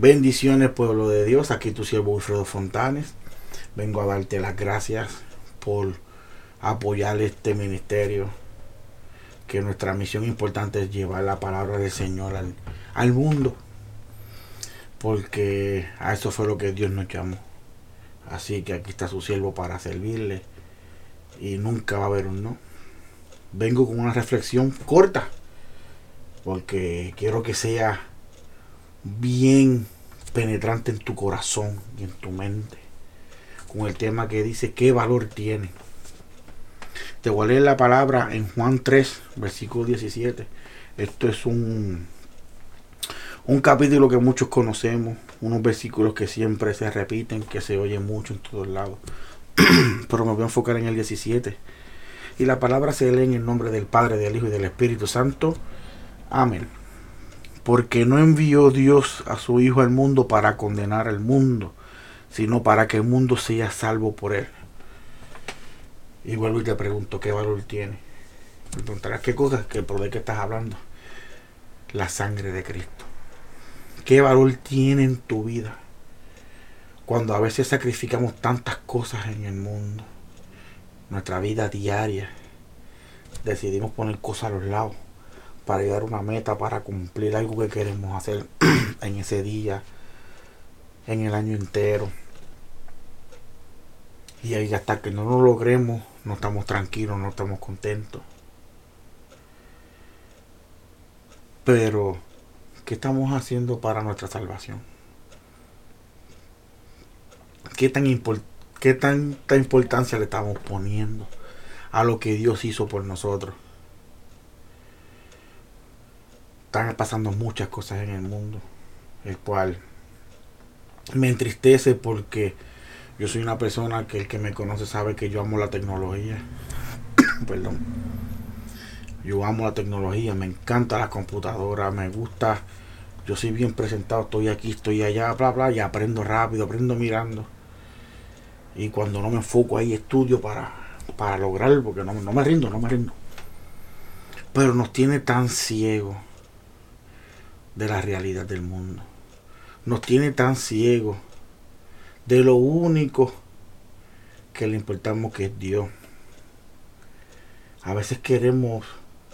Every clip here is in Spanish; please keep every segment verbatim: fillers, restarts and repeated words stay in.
Bendiciones, pueblo de Dios. Aquí tu siervo Wilfredo Fontanes. Vengo a darte las gracias por apoyar este ministerio. Que nuestra misión importante es llevar la palabra del Señor al, al mundo. Porque a eso fue lo que Dios nos llamó. Así que aquí está su siervo para servirle. Y nunca va a haber un no. Vengo con una reflexión corta. Porque quiero que sea bien penetrante en tu corazón y en tu mente, con el tema que dice ¿qué valor tiene? Te voy a leer la palabra en Juan tres, versículo diecisiete. Esto es un un capítulo que muchos conocemos, unos versículos que siempre se repiten, que se oyen mucho en todos lados. Pero me voy a enfocar en el diecisiete. Y la palabra se lee en el nombre del Padre, del Hijo y del Espíritu Santo. Amén. Porque no envió Dios a su Hijo al mundo para condenar al mundo, sino para que el mundo sea salvo por él. Y vuelvo y te pregunto, ¿qué valor tiene? Me preguntarás qué cosas, que por de qué estás hablando. La sangre de Cristo. ¿Qué valor tiene en tu vida? Cuando a veces sacrificamos tantas cosas en el mundo, nuestra vida diaria, decidimos poner cosas a los lados para llegar a una meta, para cumplir algo que queremos hacer en ese día, en el año entero. Y ahí hasta que no lo logremos, no estamos tranquilos, no estamos contentos. Pero, ¿qué estamos haciendo para nuestra salvación? ¿Qué, tan import- qué tanta importancia le estamos poniendo a lo que Dios hizo por nosotros? Están pasando muchas cosas en el mundo, el cual me entristece porque yo soy una persona que el que me conoce sabe que yo amo la tecnología. Perdón. Yo amo la tecnología, me encanta la computadora, me gusta. Yo soy bien presentado, estoy aquí, estoy allá, bla, bla, y aprendo rápido, aprendo mirando. Y cuando no me enfoco ahí, estudio para, para lograrlo, porque no, no me rindo, no me rindo. Pero nos tiene tan ciegos de la realidad del mundo. Nos tiene tan ciegos de lo único que le importamos, que es Dios. A veces queremos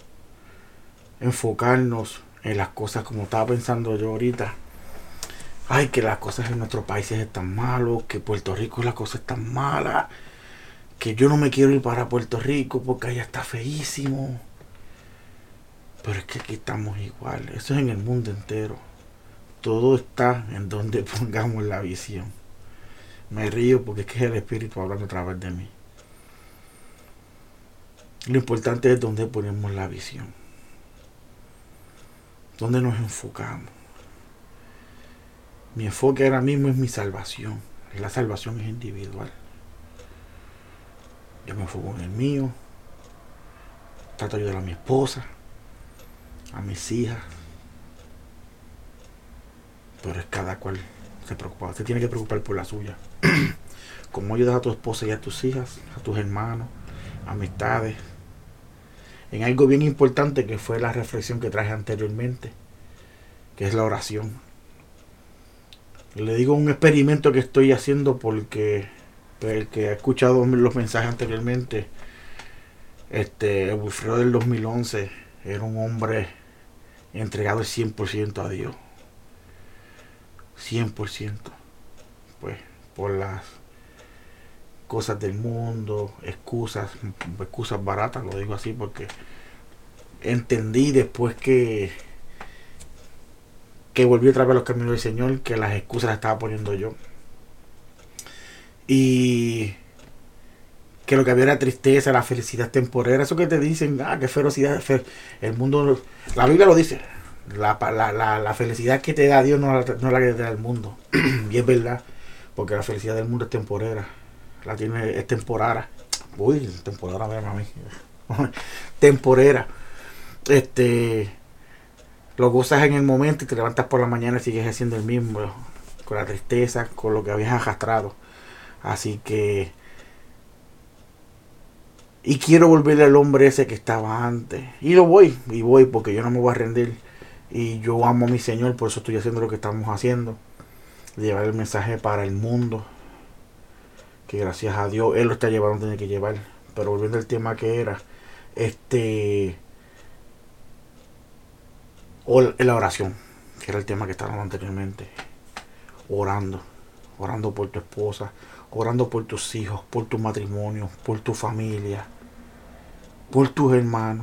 enfocarnos en las cosas, como estaba pensando yo ahorita. Ay, que las cosas en nuestros países están malos, que Puerto Rico las cosas están malas, que yo no me quiero ir para Puerto Rico porque allá está feísimo. Pero es que aquí estamos igual. Eso es en el mundo entero. Todo está en donde pongamos la visión. Me río porque es que es el Espíritu hablando a través de mí. Lo importante es donde ponemos la visión. Donde nos enfocamos. Mi enfoque ahora mismo es mi salvación. La salvación es individual. Yo me enfoco en el mío. Trato de ayudar a mi esposa, a mis hijas. Pero es cada cual se preocupa. Se tiene que preocupar por la suya. Como ayudas a tu esposa y a tus hijas, a tus hermanos, amistades. En algo bien importante que fue la reflexión que traje anteriormente, que es la oración. Le digo un experimento que estoy haciendo porque el que ha escuchado los mensajes anteriormente, este, el Wilfredo del dos mil once era un hombre entregado al cien por ciento a Dios. cien por ciento. Pues por las cosas del mundo, excusas, excusas baratas, lo digo así porque entendí después que que volví otra vez a los caminos del Señor, que las excusas las estaba poniendo yo. Y que lo que había era tristeza, la felicidad temporera. Eso que te dicen, ah, qué ferocidad. Fe el mundo, la Biblia lo dice. La, la, la, la felicidad que te da Dios no, no es la que te da el mundo. Y es verdad, porque la felicidad del mundo es temporera. La tiene, es temporara. Uy, temporara, mami. Temporera. Este... Lo gozas en el momento y te levantas por la mañana y sigues haciendo el mismo, con la tristeza, con lo que habías arrastrado. Así que... Y quiero volverle al hombre ese que estaba antes. Y lo voy, y voy, porque yo no me voy a rendir. Y yo amo a mi Señor, por eso estoy haciendo lo que estamos haciendo. de llevar el mensaje para el mundo, que gracias a Dios Él lo está llevando, tiene que llevar. Pero volviendo al tema que era, este, o la oración, que era el tema que estábamos anteriormente, orando, orando por tu esposa, orando por tus hijos, por tu matrimonio, por tu familia, por tus hermanos.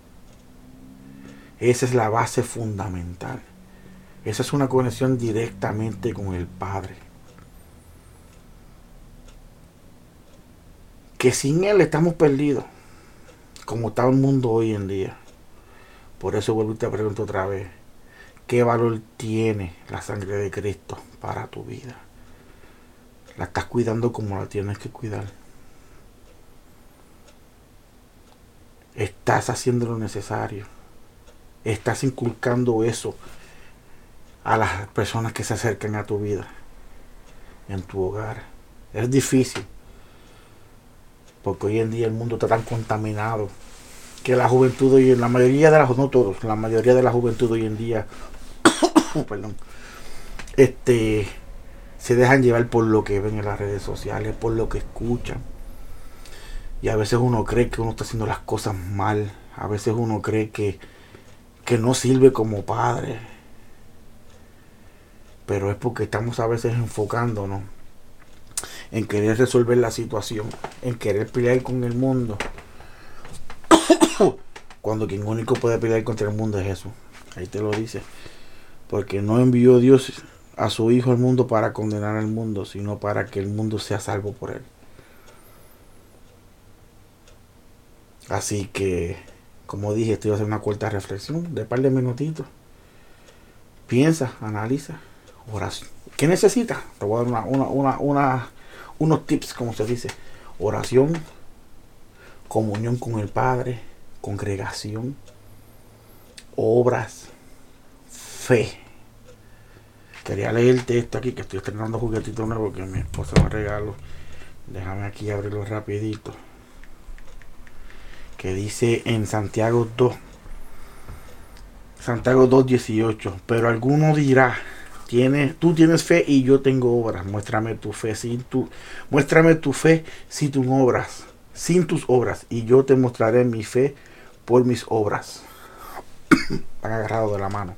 Esa es la base fundamental. Esa es una conexión directamente con el Padre. Que sin Él estamos perdidos, como está el mundo hoy en día. Por eso vuelvo y te pregunto otra vez, ¿qué valor tiene la sangre de Cristo para tu vida? ¿La estás cuidando como la tienes que cuidar? ¿Estás haciendo lo necesario? ¿Estás inculcando eso a las personas que se acercan a tu vida, en tu hogar? Es difícil, porque hoy en día el mundo está tan contaminado que la juventud hoy, la mayoría de las, no todos, la mayoría de la juventud hoy en día, perdón, este, se dejan llevar por lo que ven en las redes sociales, por lo que escuchan. Y a veces uno cree que uno está haciendo las cosas mal. A veces uno cree que, que no sirve como padre. Pero es porque estamos a veces enfocándonos en querer resolver la situación, en querer pelear con el mundo. Cuando quien único puede pelear contra el mundo es Jesús. Ahí te lo dice. Porque no envió Dios a su Hijo al mundo para condenar al mundo, sino para que el mundo sea salvo por él. Así que, como dije, esto iba a ser una corta reflexión de un par de minutitos. Piensa, analiza, oración. ¿Qué necesitas? Te voy a dar una, una, una, una, unos tips, como se dice. Oración, comunión con el Padre, congregación, obras, fe. Quería leerte esto aquí, que estoy estrenando juguetito nuevo que mi esposa me regaló. Déjame aquí abrirlo rapidito. Que dice en Santiago dos, Santiago dos dieciocho, pero alguno dirá, tiene, tú tienes fe y yo tengo obras. Muéstrame tu fe sin tu, muéstrame tu fe sin tus obras, sin tus obras, y yo te mostraré mi fe por mis obras. Están agarrados de la mano.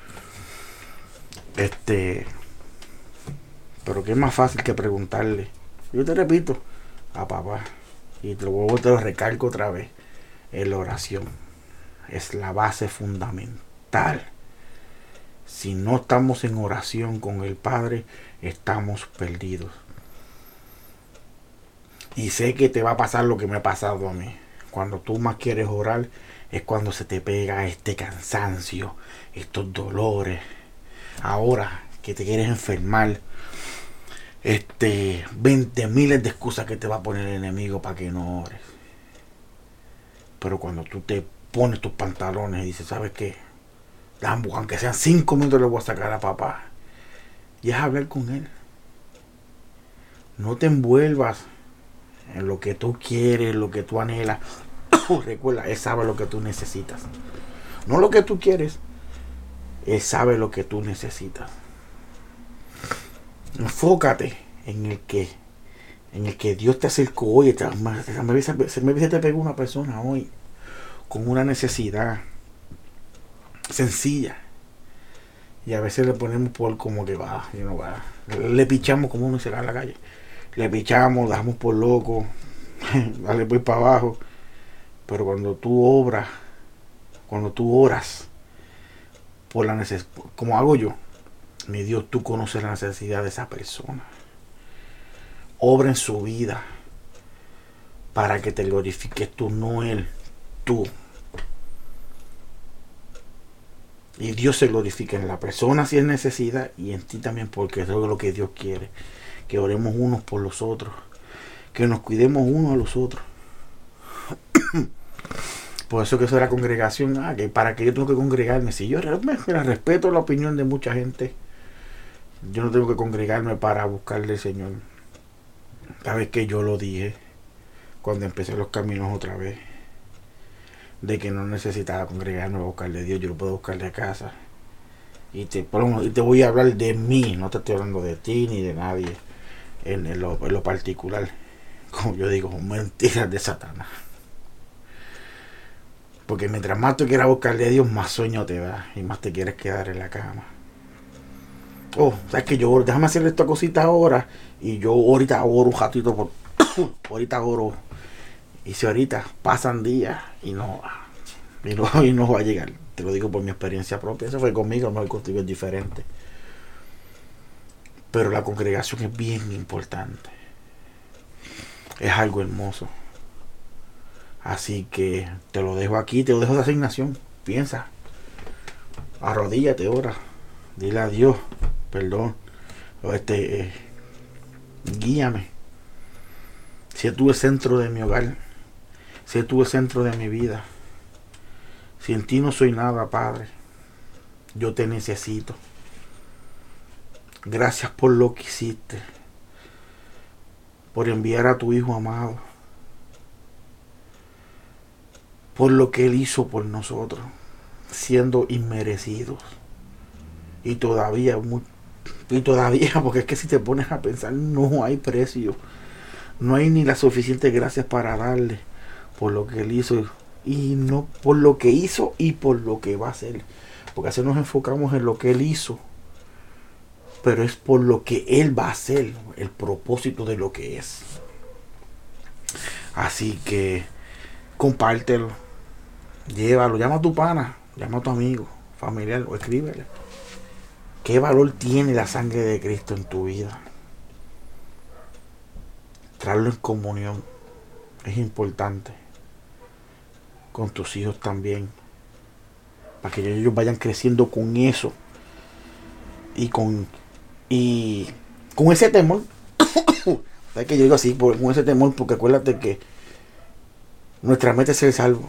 Este, pero qué es más fácil que preguntarle. Yo te repito, a papá, y te lo, te lo recalco otra vez. La oración es la base fundamental. Si no estamos en oración con el Padre, estamos perdidos. Y sé que te va a pasar lo que me ha pasado a mí. Cuando tú más quieres orar, es cuando se te pega este cansancio, estos dolores. Ahora que te quieres enfermar, este, veinte miles de excusas que te va a poner el enemigo para que no ores. Pero cuando tú te pones tus pantalones y dices, ¿sabes qué? Aunque sean cinco minutos le voy a sacar a papá. Y es hablar con él. No te envuelvas en lo que tú quieres, lo que tú anhelas. Recuerda, él sabe lo que tú necesitas. No lo que tú quieres. Él sabe lo que tú necesitas. Enfócate en el que en el que Dios te acercó hoy. Se me dice te pegó una persona hoy con una necesidad sencilla, y a veces le ponemos por como que va, y no va, le pichamos como uno se va a la calle, le pichamos, dejamos por loco, dale pues para abajo. Pero cuando tú obras, cuando tú oras por la necesidad, como hago yo, mi Dios, tú conoces la necesidad de esa persona. Obra en su vida para que te glorifiques tú, no él, tú. Y Dios se glorifica en la persona si es necesidad, y en ti también, porque eso es lo que Dios quiere. Que oremos unos por los otros, que nos cuidemos unos a los otros. Por eso que eso de la congregación, ah, que para que yo tengo que congregarme, si yo mira, respeto la opinión de mucha gente, yo no tengo que congregarme para buscarle al Señor. Sabes que yo lo dije cuando empecé los caminos otra vez, de que no necesitaba congregarme a buscarle a Dios, yo lo puedo buscarle a casa. Y te, y te voy a hablar de mí, no te estoy hablando de ti ni de nadie en, en, lo, en lo particular. Como yo digo, mentiras de Satanás. Porque mientras más tú quieras buscarle a Dios, más sueño te da y más te quieres quedar en la cama. Oh, sabes que yo, déjame hacer esta cosita ahora. Y yo ahorita oro un ratito por. ahorita oro. Y si ahorita pasan días y no, y no, y no va a llegar. Te lo digo por mi experiencia propia. Eso fue conmigo, no, contigo es diferente. Pero la congregación es bien importante. Es algo hermoso. Así que te lo dejo aquí, te lo dejo de asignación. Piensa. Arrodíllate, ora. Dile a Dios, perdón. Este, eh, guíame. Si tú el centro de mi hogar. Si tú el centro de mi vida. Si en ti no soy nada, Padre. Yo te necesito. Gracias por lo que hiciste. Por enviar a tu Hijo amado. Por lo que Él hizo por nosotros. Siendo inmerecidos. Y todavía, y todavía, porque es que si te pones a pensar, no hay precio. No hay ni la suficiente gracias para darle por lo que Él hizo. Y no por lo que hizo y por lo que va a hacer. Porque así nos enfocamos en lo que Él hizo. Pero es por lo que Él va a hacer. El propósito de lo que es. Así que compártelo. Llévalo. Llama a tu pana. Llama a tu amigo, familiar o escríbele. ¿Qué valor tiene la sangre de Cristo en tu vida? Traerlo en comunión. Es importante. Con tus hijos también. Para que ellos vayan creciendo con eso. Y con y con ese temor. ¿Sabes que yo digo así? Por, con ese temor, porque acuérdate que nuestra meta es ser salvo.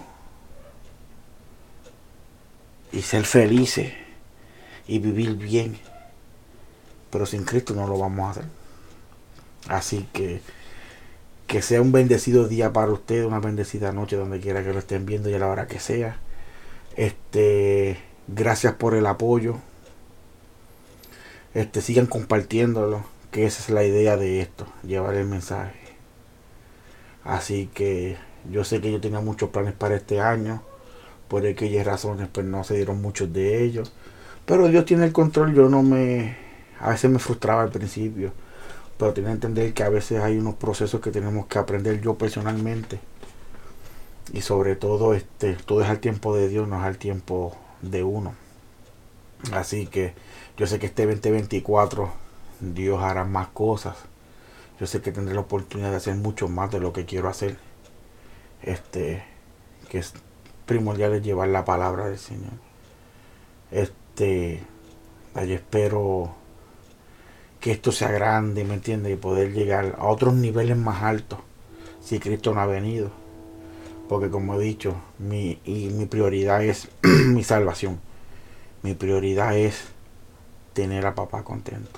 Y ser felices. Y vivir bien. Pero sin Cristo no lo vamos a hacer. Así que que sea un bendecido día para ustedes, una bendecida noche donde quiera que lo estén viendo y a la hora que sea. Este, gracias por el apoyo. Este, sigan compartiéndolo, que esa es la idea de esto, llevar el mensaje. Así que yo sé que yo tenía muchos planes para este año, por aquellas razones pues no se dieron muchos de ellos. Pero Dios tiene el control, yo no me... A veces me frustraba al principio. Pero tiene que entender que a veces hay unos procesos que tenemos que aprender yo personalmente. Y sobre todo, este, todo es al tiempo de Dios, no es al tiempo de uno. Así que yo sé que este veinte veinticuatro Dios hará más cosas. Yo sé que tendré la oportunidad de hacer mucho más de lo que quiero hacer. Este, que es primordial es llevar la palabra del Señor. Este, yo espero que esto sea grande, ¿me entiendes? Y poder llegar a otros niveles más altos si Cristo no ha venido. Porque como he dicho, mi, y mi prioridad es mi salvación. Mi prioridad es tener a papá contento.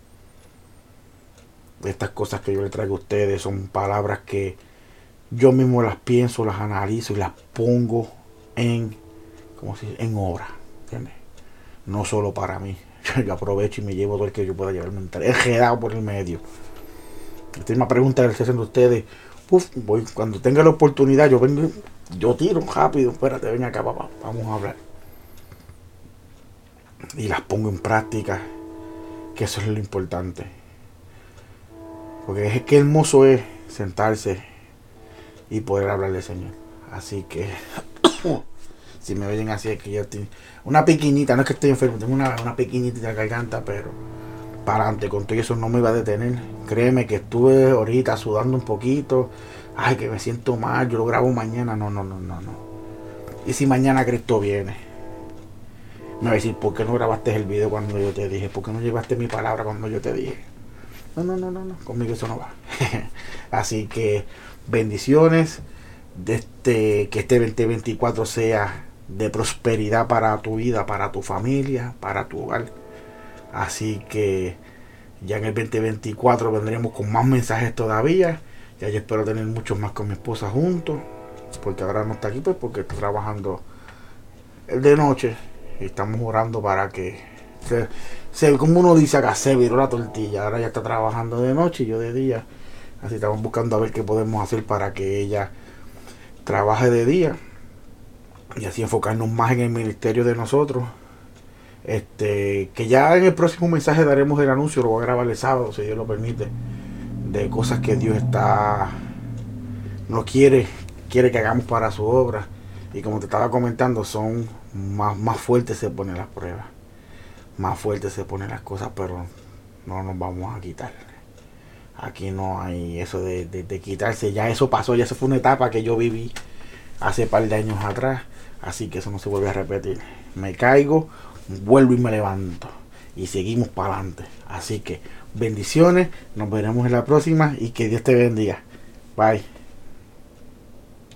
Estas cosas que yo le traigo a ustedes son palabras que yo mismo las pienso, las analizo y las pongo en, ¿cómo se dice? En obra, ¿entiendes? No solo para mí. Yo aprovecho y me llevo todo el que yo pueda llevarme enredado por el medio. Esta es una pregunta que les hacen ustedes. Uf, voy, cuando tenga la oportunidad, yo vengo, yo tiro rápido. Espérate, ven acá, papá, vamos a hablar. Y las pongo en práctica, que eso es lo importante. Porque es que hermoso es sentarse y poder hablar del Señor. Así que si me ven así es que yo estoy una pequeñita, no es que estoy enfermo, tengo una, una pequeñita de la garganta, pero para adelante, con todo eso no me iba a detener. Créeme que estuve ahorita sudando un poquito. Ay, que me siento mal, yo lo grabo mañana. No, no, no, no, no. Y si mañana Cristo viene, me va a decir, ¿por qué no grabaste el video cuando yo te dije? ¿Por qué no llevaste mi palabra cuando yo te dije? No, no, no, no, no, conmigo eso no va. Así que bendiciones. De este, que este veinte veinticuatro sea de prosperidad para tu vida, para tu familia, para tu hogar. Así que ya en el veinte veinticuatro vendremos con más mensajes todavía. Ya yo espero tener muchos más con mi esposa juntos, porque ahora no está aquí pues porque está trabajando de noche y estamos orando para que se, se, como uno dice acá, se viró la tortilla. Ahora ella está trabajando de noche y yo de día. Así estamos buscando a ver qué podemos hacer para que ella trabaje de día y así enfocarnos más en el ministerio de nosotros. Este, que ya en el próximo mensaje daremos el anuncio, lo voy a grabar el sábado, si Dios lo permite, de cosas que Dios está no quiere, quiere que hagamos para su obra. Y como te estaba comentando, son más, más fuertes se ponen las pruebas, más fuertes se ponen las cosas, pero no nos vamos a quitar. Aquí no hay eso de, de, de quitarse, ya eso pasó, ya eso fue una etapa que yo viví hace un par de años atrás, así que eso no se vuelve a repetir. Me caigo, vuelvo y me levanto y seguimos para adelante. Así que bendiciones, nos veremos en la próxima y que Dios te bendiga. Bye.